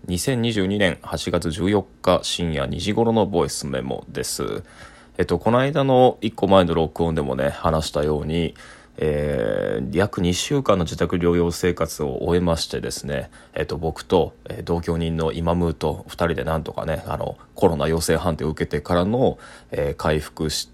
2022年8月14日深夜2時頃のボイスメモです。この間の1個前の録音でもね話したように、約2週間の自宅療養生活を終えましてですね、僕と、同居人のイマムーと2人でなんとかねコロナ陽性判定を受けてからの、回復して、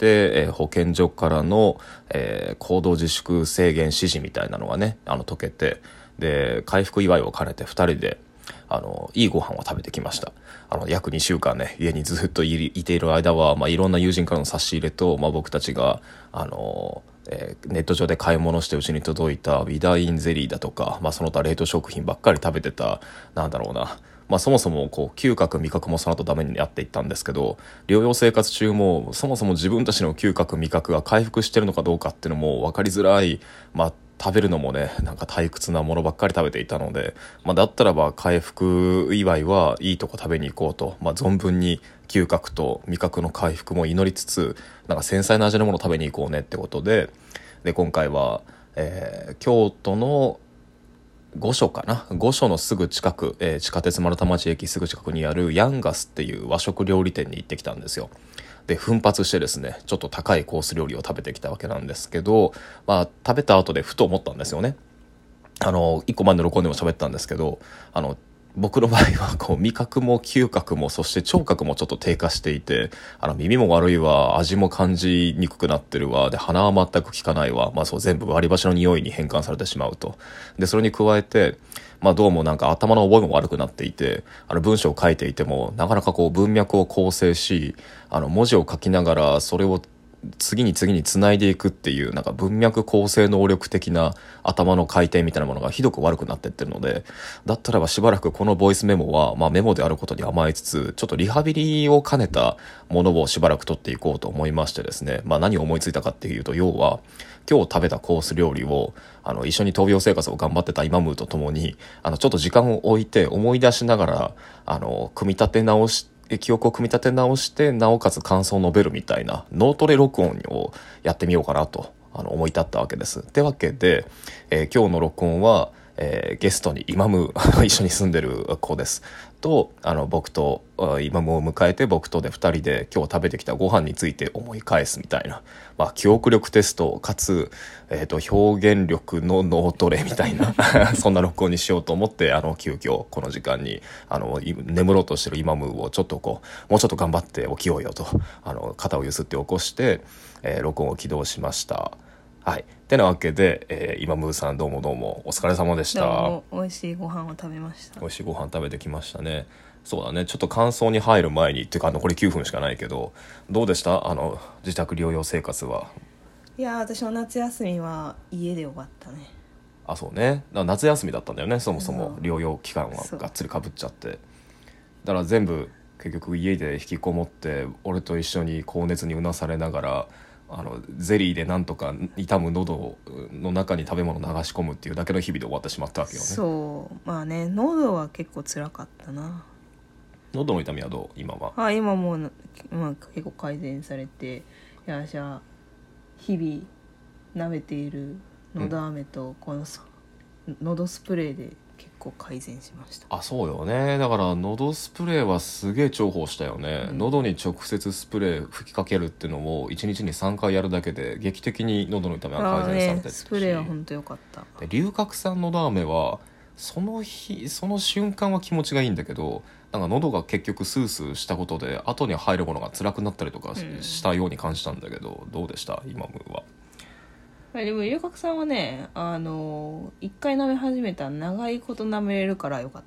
保健所からの、行動自粛制限指示みたいなのがね解けて、で回復祝いを兼ねて2人でいいご飯を食べてきました。約2週間ね家にずっといている間は、いろんな友人からの差し入れと、僕たちがネット上で買い物してうちに届いたウィダインゼリーだとか、その他冷凍食品ばっかり食べてた。そもそも嗅覚味覚もその後ダメになっていったんですけど、療養生活中もそもそも自分たちの嗅覚味覚が回復してるのかどうかっていうのも分かりづらい、食べるのもね退屈なものばっかり食べていたので、だったらば回復祝いはいいとこ食べに行こうと、存分に嗅覚と味覚の回復も祈りつつ、繊細な味のものを食べに行こうねってことで、今回は、京都の御所のすぐ近く、地下鉄丸太町駅すぐ近くにあるヤンガスっていう和食料理店に行ってきたんですよ。で奮発してですねちょっと高いコース料理を食べてきたわけなんですけど、食べた後でふと思ったんですよね。一個前の録音でも喋ったんですけど、僕の場合は味覚も嗅覚もそして聴覚もちょっと低下していて、耳も悪いわ、味も感じにくくなってるわ、で鼻は全く効かないわ、全部割り箸の匂いに変換されてしまうと。でそれに加えてどうも頭の覚えも悪くなっていて、文章を書いていてもなかなか文脈を構成し、文字を書きながらそれを次につないでいくっていう文脈構成能力的な頭の回転みたいなものがひどく悪くなってってるので、だったらばしばらくこのボイスメモは、メモであることに甘えつつちょっとリハビリを兼ねたものをしばらく取っていこうと思いましてですね、何を思いついたかっていうと、要は今日食べたコース料理を一緒に闘病生活を頑張ってたイマムーと共にちょっと時間を置いて思い出しながら組み立て直して記憶を組み立て直してなおかつ感想を述べるみたいな脳トレ録音をやってみようかなと思い立ったわけです。ってわけで、今日の録音は、ゲストにイマム一緒に住んでる子ですと僕とイマムを迎えて僕とで2人で今日食べてきたご飯について思い返すみたいな、記憶力テストかつ、表現力の脳トレみたいなそんな録音にしようと思って急遽この時間に眠ろうとしてるイマムをちょっともうちょっと頑張って起きようよと肩をゆすって起こして、録音を起動しました。はい。てなわけで、イマムーさんどうもお疲れ様でした。 どうも美味しいご飯を食べました。 美味しいご飯食べてきましたね。そうだね、ちょっと感想に入る前にっていうか残り9分しかないけど、どうでした自宅療養生活は。 いや私の夏休みは家で終わったね。 そうね、だから夏休みだったんだよね、そもそも療養期間はがっつりかぶっちゃって、だから全部結局家で引きこもって俺と一緒に高熱にうなされながらゼリーでなんとか痛む喉の中に食べ物を流し込むっていうだけの日々で終わってしまったわけよね。 そう喉は結構辛かったな。 喉の痛みはどう今は。 今もう、結構改善されて、私は日々舐めている喉飴とこの喉スプレーで結構改善しました。 そうよね、だから喉スプレーはすげえ重宝したよね、喉に直接スプレー吹きかけるっていうのを1日に3回やるだけで劇的に喉の痛みは改善されてるし、 スプレーは本当良かった。 で龍角散喉飴はその瞬間は気持ちがいいんだけど、喉が結局スースーしたことで後に入るものが辛くなったりとかしたように感じたんだけど、どうでしたイマムは。 でも龍角散はね一回舐め始めたら長いこと舐めれるからよかった。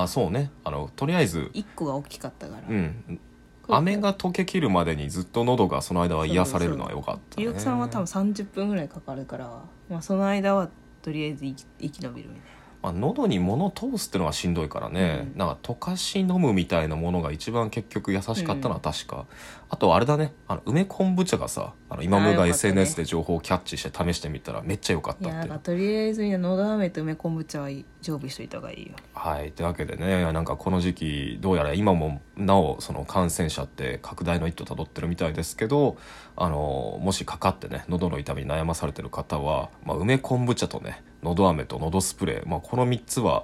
そうね、とりあえず 1個が大きかったから、 飴が溶けきるまでにずっと喉がその間は癒されるのはよかったね。 龍角散は多分30分ぐらいかかるから、その間はとりあえず生き延びるみたいな。 喉に物を通すってのはしんどいからね、溶かし飲むみたいなものが一番結局優しかったのは確か、あとあれだね、梅昆布茶がさ今ムが SNS で情報をキャッチして試してみたらめっちゃ良かったって。 とりあえず喉飴と梅昆布茶は常備しといた方がいいよ。 はいというわけでね、この時期どうやら今もなおその感染者って拡大の一途たどってるみたいですけど、もしかかってね喉の痛みに悩まされてる方は、梅昆布茶とね喉飴と喉スプレー、この3つは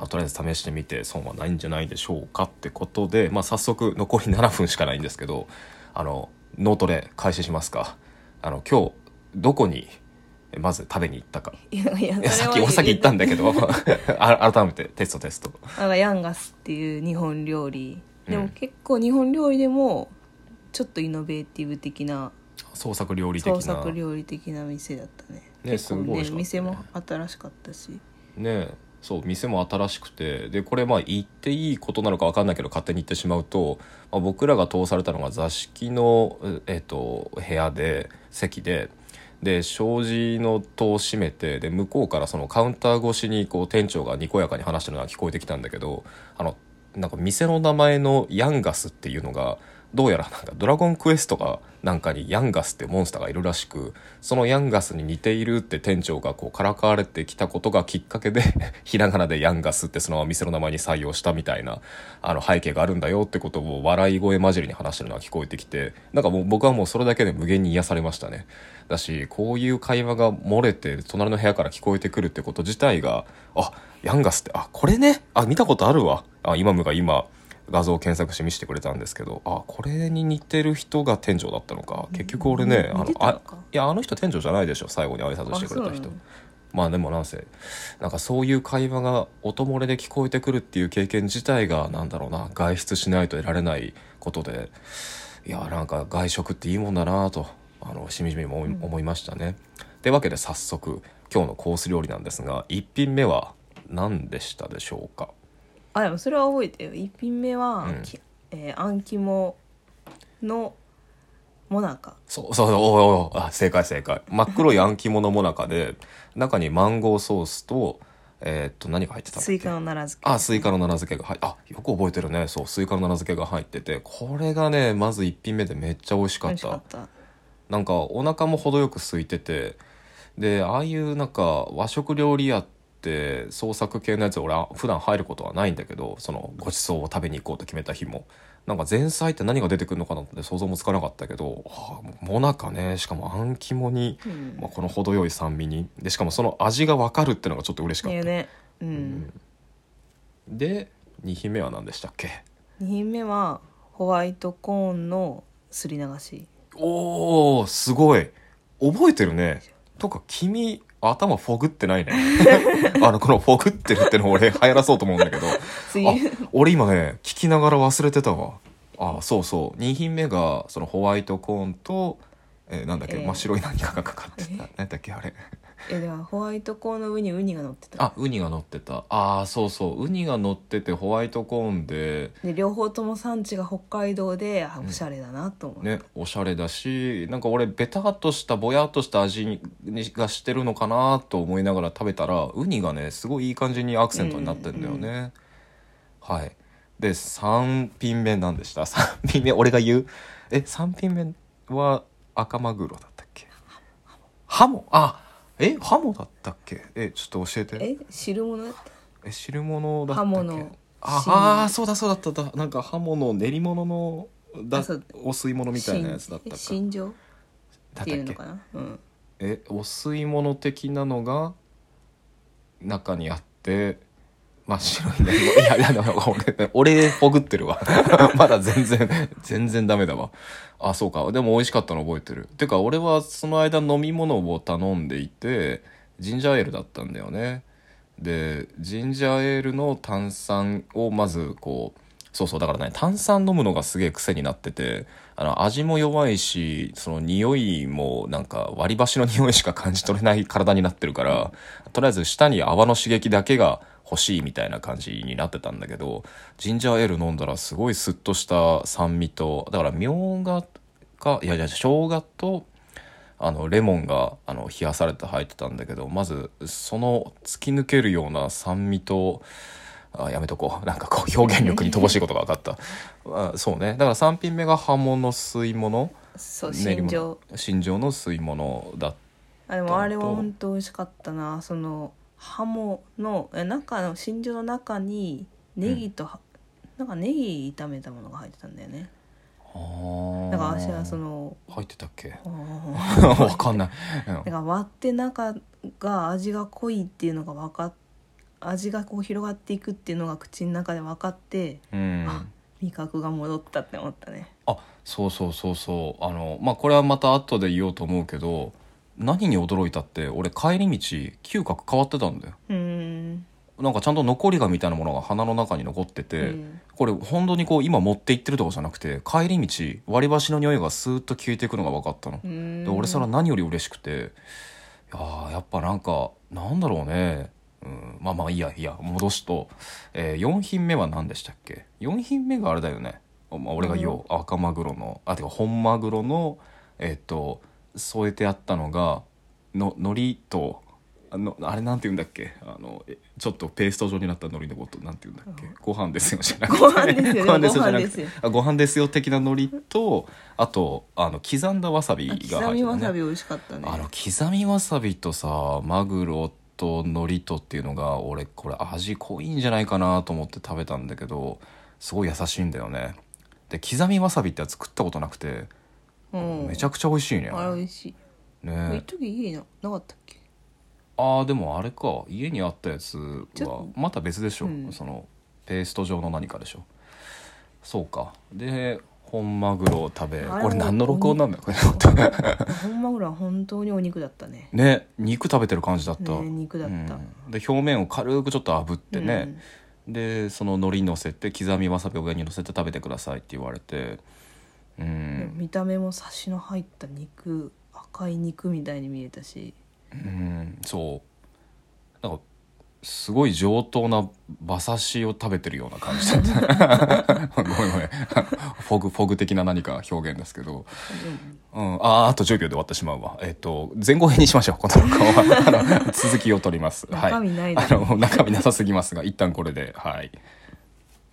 とりあえず試してみて損はないんじゃないでしょうかってことで、早速残り7分しかないんですけど、脳トレ開始しますか。今日どこにまず食べに行ったか。 いや俺先行ったんだけど改めてテスト。 ヤンガスっていう日本料理でも結構日本料理でもちょっとイノベーティブ的な創作料理的な店だったね。 ね、 結構ね、 すごい美味しかったね。 店も新しかったしね、そう店も新しくて、でこれ言っていいことなのか分かんないけど勝手に言ってしまうと、僕らが通されたのが座敷の、部屋で席で障子の戸を閉めて、で向こうからそのカウンター越しにこう店長がにこやかに話してるのが聞こえてきたんだけど、なんか店の名前のヤンガスっていうのがどうやらなんかドラゴンクエストかなんかにヤンガスってモンスターがいるらしく、そのヤンガスに似ているって店長がこうからかわれてきたことがきっかけでひらがなでヤンガスってそのまま店の名前に採用したみたいな背景があるんだよってことを笑い声混じりに話してるのが聞こえてきて、なんかもう僕はもうそれだけで無限に癒されましたね。だしこういう会話が漏れて隣の部屋から聞こえてくるってこと自体が、ヤンガスってこれね、見たことあるわ。イマムが今画像を検索して見せてくれたんですけど、これに似てる人が店長だったのか。結局俺ね、いや人店長じゃないでしょ、最後に挨拶してくれた人。でもなんかそういう会話が音漏れで聞こえてくるっていう経験自体がなんだろうな、外出しないと得られないことで、いやなんか外食っていいもんだなとしみじみ思いましたね。というわけで早速今日のコース料理なんですが、1品目は何でしたでしょうか。 でもそれは覚えてる。1品目は、あん肝のもなか。 そう正解。真っ黒いあん肝のもなかで中にマンゴーソースと何が入ってたんだっけ。 スイカの奈良漬け。 スイカの奈良漬けがよく覚えてるね。そう、スイカの奈良漬けが入ってて、これがねまず1品目でめっちゃ美味しかった。なんかお腹も程よく空いてて、でああいうなんか和食料理屋って創作系のやつ俺は普段入ることはないんだけど、そのごちそうを食べに行こうと決めた日もなんか前菜って何が出てくるのかなって想像もつかなかったけど、もなかね、しかもあん肝に、この程よい酸味にで、しかもその味が分かるっていうのがちょっと嬉しかった。で2品目は何でしたっけ。 2品目はホワイトコーンのすり流し。 おーすごい覚えてるね。とか君頭フォグってないねこのフォグってるっての俺流行らそうと思うんだけど俺今ね聞きながら忘れてたわ。そう2品目がそのホワイトコーンと、なんだっけ、真っ白い何かがかかってた、なんだっけあれではホワイトコーンの上にウニが乗ってた。 ウニが乗ってた。ウニが乗っててホワイトコーンで両方とも産地が北海道でおしゃれだなと思って、 おしゃれだし、なんか俺ベタっとしたぼやっとした味がしてるのかなと思いながら食べたら、ウニがねすごいいい感じにアクセントになってんだよね。で3品目何でした。3品目俺が言う。3品目は赤マグロだったっけ。ハモハモだったっけ。ちょっと教えて。 汁物だった。 汁物だったっけ。 ハモのそうだったなんかハモの練り物のお吸い物みたいなやつだったか。 新庄っていうのかな。 お吸い物的なのが中にあって真っ白いね。俺ほぐってるわまだ全然ダメだわ。そうか。でも美味しかったの覚えてる。てか俺はその間飲み物を頼んでいてジンジャーエールだったんだよね。でジンジャーエールの炭酸をまずこうだからね、炭酸飲むのがすげえ癖になってて、味も弱いしその匂いもなんか割り箸の匂いしか感じ取れない体になってるから、とりあえず舌に泡の刺激だけが欲しいみたいな感じになってたんだけど、ジンジャーエール飲んだらすごいスッとした酸味と、だからみょうがか生姜とレモンが冷やされて入ってたんだけど、まずその突き抜けるような酸味とやめとこう、なんかこう表現力に乏しいことが分かったそうね。だから3品目がハモの吸い物、 新庄の吸い物だった。 でもあれは本当美味しかったな。そのハモの中の新庄の中にネギと、なんかネギ炒めたものが入ってたんだよね。だから私はその入ってたっけわかんない。 だから割って中が味が濃いっていうのが分かっ味がこう広がっていくっていうのが口の中で分かって、 うん味覚が戻ったって思ったね。 そうそうそうそう、まあこれはまた後で言おうと思うけど、何に驚いたって俺帰り道嗅覚変わってたんだよ。なんかちゃんと残りがみたいなものが鼻の中に残ってて、これ本当にこう今持って行ってるとかじゃなくて、帰り道割り箸の匂いがスーッと消えていくのが分かったの。で俺それは何より嬉しくて、やっぱなんかなんだろうね、まあいいや戻すと、4品目は何でしたっけ。4品目があれだよね、俺が言おう、赤マグロのてか本マグロの添えてあったのが海苔とあれなんて言うんだっけ、ちょっとペースト状になった海苔のことなんて言うんだっけ、ご飯ですよじゃなくてご飯ですよご飯ですよじゃなくてご飯ですよご飯ですよ的な海苔と、あと刻んだわさびが入ってたね。 刻みわさび美味しかったね。 刻みわさびとさマグロと海苔とっていうのが俺これ味濃いんじゃないかなと思って食べたんだけど、すごい優しいんだよね。で刻みわさびってやつ食ったことなくて、めちゃくちゃ美味しいね。 あれ美味しいね。一時家になかったっけ。 でもあれか、家にあったやつはまた別でしょ、そのペースト状の何かでしょ。そうか。で本マグロを食べ、これ何の録音なんだよこれ本マグロは本当にお肉だったね。 ね、肉食べてる感じだった、 肉だった、 で表面を軽くちょっと炙ってね、でその海苔乗せて刻みわさびを上に乗せて食べてくださいって言われて、 見た目もサシの入った肉、赤い肉みたいに見えたし、 そうなんかすごい上等な馬刺しを食べてるような感じだったごめんフォグ的な何か表現ですけど、あと10秒で終わってしまうわ。前後編にしましょうこの顔は続きを取ります。 中身ない中身なさすぎますが一旦これではい。